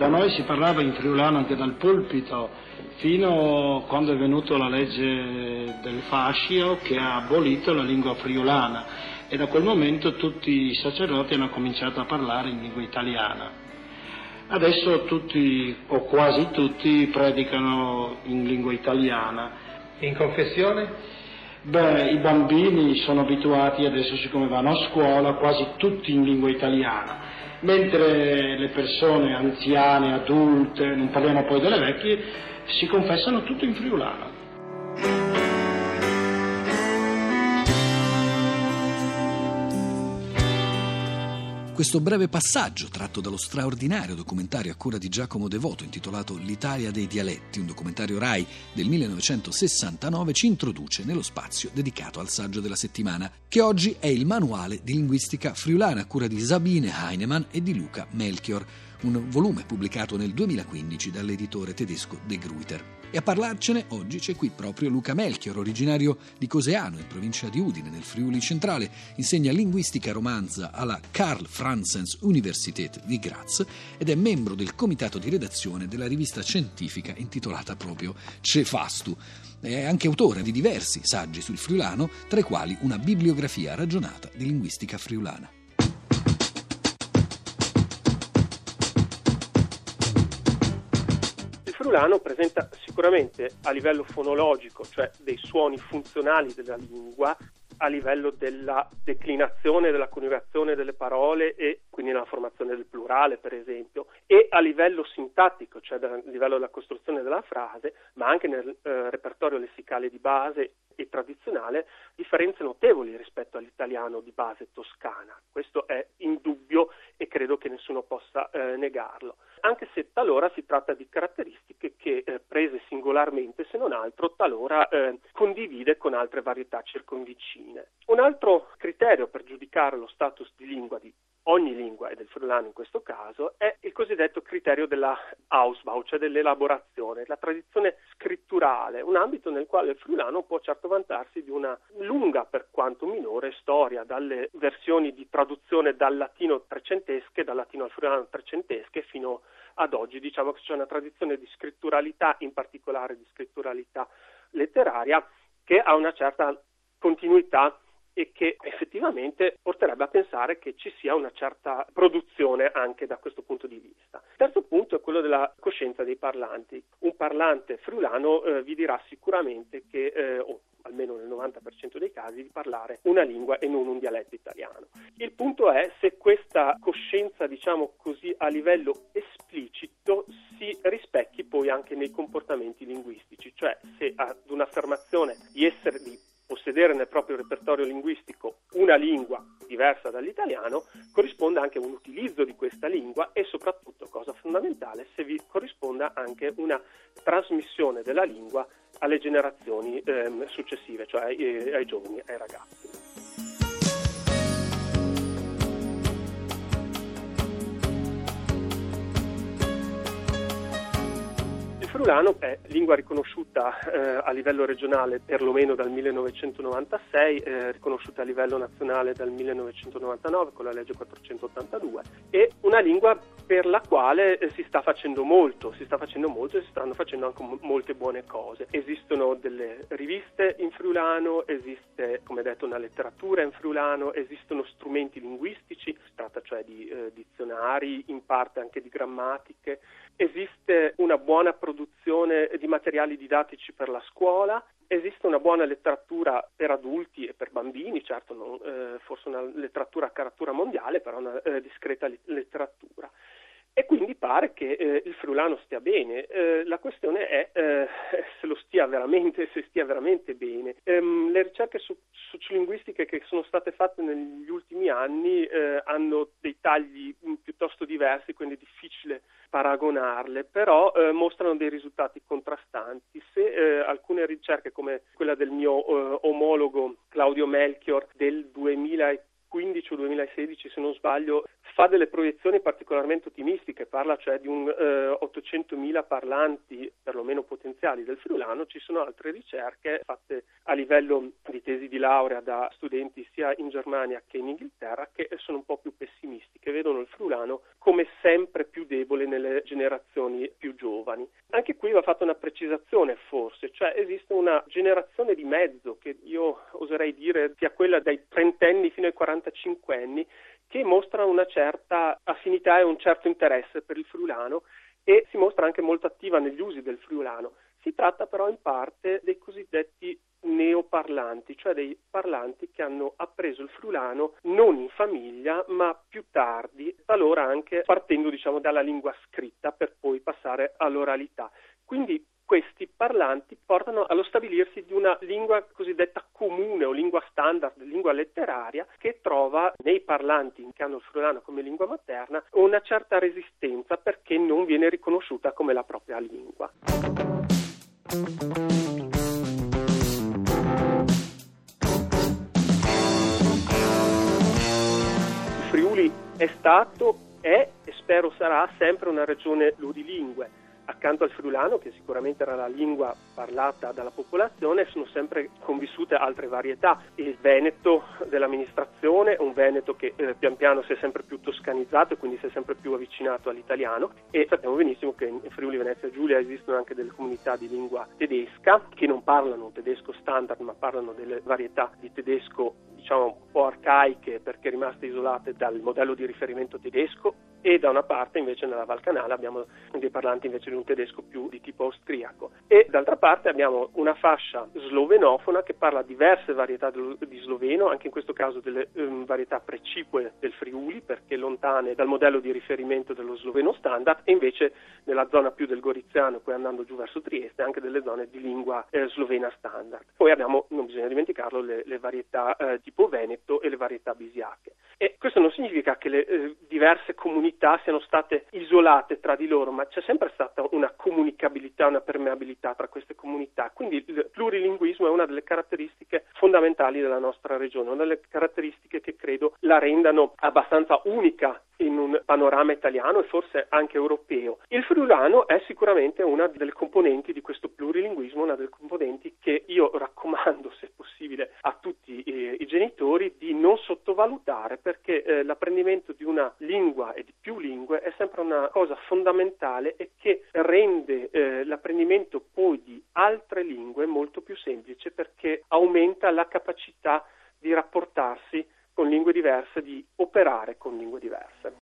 Da noi si parlava in friulano anche dal pulpito, fino a quando è venuta la legge del fascio che ha abolito la lingua friulana, e da quel momento tutti i sacerdoti hanno cominciato a parlare in lingua italiana. Adesso tutti, o quasi tutti, predicano in lingua italiana. In confessione? I bambini sono abituati adesso, siccome vanno a scuola, quasi tutti in lingua italiana. Mentre le persone anziane, adulte, non parliamo poi delle vecchie, si confessano tutto in friulano. Questo breve passaggio, tratto dallo straordinario documentario a cura di Giacomo Devoto intitolato L'Italia dei dialetti, un documentario Rai del 1969, ci introduce nello spazio dedicato al saggio della settimana, che oggi è il manuale di linguistica friulana a cura di Sabine Heinemann e di Luca Melchior, un volume pubblicato nel 2015 dall'editore tedesco De Gruyter. E a parlarcene oggi c'è qui proprio Luca Melchior, originario di Coseano, in provincia di Udine, nel Friuli centrale, insegna linguistica romanza alla Karl Franzens Universität di Graz ed è membro del comitato di redazione della rivista scientifica intitolata proprio Cefastu. È anche autore di diversi saggi sul friulano, tra i quali una bibliografia ragionata di linguistica friulana. Il friulano presenta sicuramente a livello fonologico, cioè dei suoni funzionali della lingua, a livello della declinazione, della coniugazione delle parole e quindi nella formazione del plurale, per esempio, e a livello sintattico, cioè a livello della costruzione della frase, ma anche nel repertorio lessicale di base e tradizionale, differenze notevoli rispetto all'italiano di base toscana. Questo è indubbio e credo che nessuno possa negarlo, anche se talora si tratta di caratteristiche che prese singolarmente, se non altro, talora condivide con altre varietà circonvicine. Un altro criterio per giudicare lo status di lingua di ogni lingua, e del friulano in questo caso, è il cosiddetto criterio della Ausbau, cioè dell'elaborazione, la tradizione scritturale, un ambito nel quale il friulano può certo vantarsi di una lunga, per quanto minore, storia, dalle versioni di traduzione dal latino trecentesche, dal latino al friulano trecentesche, fino ad oggi. Diciamo che c'è una tradizione di scritturalità, in particolare di scritturalità letteraria, che ha una certa continuità e che effettivamente porterebbe a pensare che ci sia una certa produzione anche da questo punto di vista. Il terzo punto è quello della coscienza dei parlanti. Un parlante friulano vi dirà sicuramente che, o almeno nel 90% dei casi, di parlare una lingua e non un dialetto italiano. Il punto è se questa coscienza, diciamo così, a livello esplicito si rispecchi poi anche nei comportamenti linguistici, cioè se ad un'affermazione di possedere nel proprio repertorio linguistico una lingua diversa dall'italiano, corrisponda anche un utilizzo di questa lingua e soprattutto, cosa fondamentale, se vi corrisponda anche una trasmissione della lingua alle generazioni successive, cioè ai giovani, ai ragazzi. Il friulano è lingua riconosciuta a livello regionale perlomeno dal 1996, riconosciuta a livello nazionale dal 1999 con la legge 482, e una lingua per la quale si sta facendo molto e si stanno facendo anche molte buone cose. Esistono delle riviste in friulano, esiste, come detto, una letteratura in friulano, esistono strumenti linguistici, si tratta cioè di dizionari, in parte anche di grammatiche. Esiste una buona produzione di materiali didattici per la scuola, esiste una buona letteratura per adulti e per bambini, certo non forse una letteratura a caratura mondiale, però una discreta letteratura. E quindi pare che il friulano stia bene. La questione è se stia veramente bene. Le ricerche sociolinguistiche che sono state fatte negli ultimi anni hanno dei tagli piuttosto diversi, quindi è difficile paragonarle, però mostrano dei risultati contrastanti. Se alcune ricerche, come quella del mio omologo Claudio Melchior del 2015 o 2016, se non sbaglio, fa delle proiezioni particolarmente ottimistiche, parla cioè di un 800.000 parlanti perlomeno potenziali del friulano. Ci sono altre ricerche fatte a livello di tesi di laurea da studenti sia in Germania che in Inghilterra che sono un po' più pessimistiche, vedono il friulano come sempre più debole nelle generazioni più giovani. Anche qui va fatta una precisazione forse, cioè esiste una generazione di mezzo che io oserei dire sia quella dai 30enni fino ai 45enni che mostra una certa affinità e un certo interesse per il friulano e si mostra anche molto attiva negli usi del friulano. Si tratta però in parte dei cosiddetti neoparlanti, cioè dei parlanti che hanno appreso il friulano non in famiglia ma più tardi, talora anche partendo dalla lingua scritta per poi passare all'oralità. Quindi questi parlanti portano allo stabilirsi di una lingua cosiddetta comune o lingua standard, lingua letteraria, che trova nei parlanti che hanno il friulano come lingua materna una certa resistenza perché non viene riconosciuta come la propria lingua. Il Friuli è stato, è e spero sarà sempre una regione plurilingue. Accanto al friulano, che sicuramente era la lingua parlata dalla popolazione, sono sempre convissute altre varietà. Il veneto dell'amministrazione, un veneto che pian piano si è sempre più toscanizzato e quindi si è sempre più avvicinato all'italiano, e sappiamo benissimo che in Friuli Venezia Giulia esistono anche delle comunità di lingua tedesca che non parlano tedesco standard ma parlano delle varietà di tedesco un po' arcaiche perché rimaste isolate dal modello di riferimento tedesco, e da una parte invece nella Val Canale abbiamo dei parlanti invece di un tedesco più di tipo austriaco, e d'altra parte abbiamo una fascia slovenofona che parla diverse varietà di sloveno, anche in questo caso delle varietà precipue del Friuli perché lontane dal modello di riferimento dello sloveno standard, e invece nella zona più del goriziano, poi andando giù verso Trieste, anche delle zone di lingua slovena standard. Poi abbiamo, non bisogna dimenticarlo, le varietà tipo veneto e le varietà bisiache. E questo non significa che le diverse comunità siano state isolate tra di loro, ma c'è sempre stata una comunicabilità, una permeabilità tra queste comunità. Quindi il plurilinguismo è una delle caratteristiche fondamentali della nostra regione, una delle caratteristiche che credo la rendano abbastanza unica in un panorama italiano e forse anche europeo. Il friulano è sicuramente una delle componenti di questo plurilinguismo, una delle componenti che io raccomando, se possibile, a tutti i genitori di non sottovalutare, perché l'apprendimento di una lingua e di più lingue è sempre una cosa fondamentale e che rende l'apprendimento poi di altre lingue molto più semplice, perché aumenta la capacità di rapportarsi con lingue diverse, di operare con lingue diverse.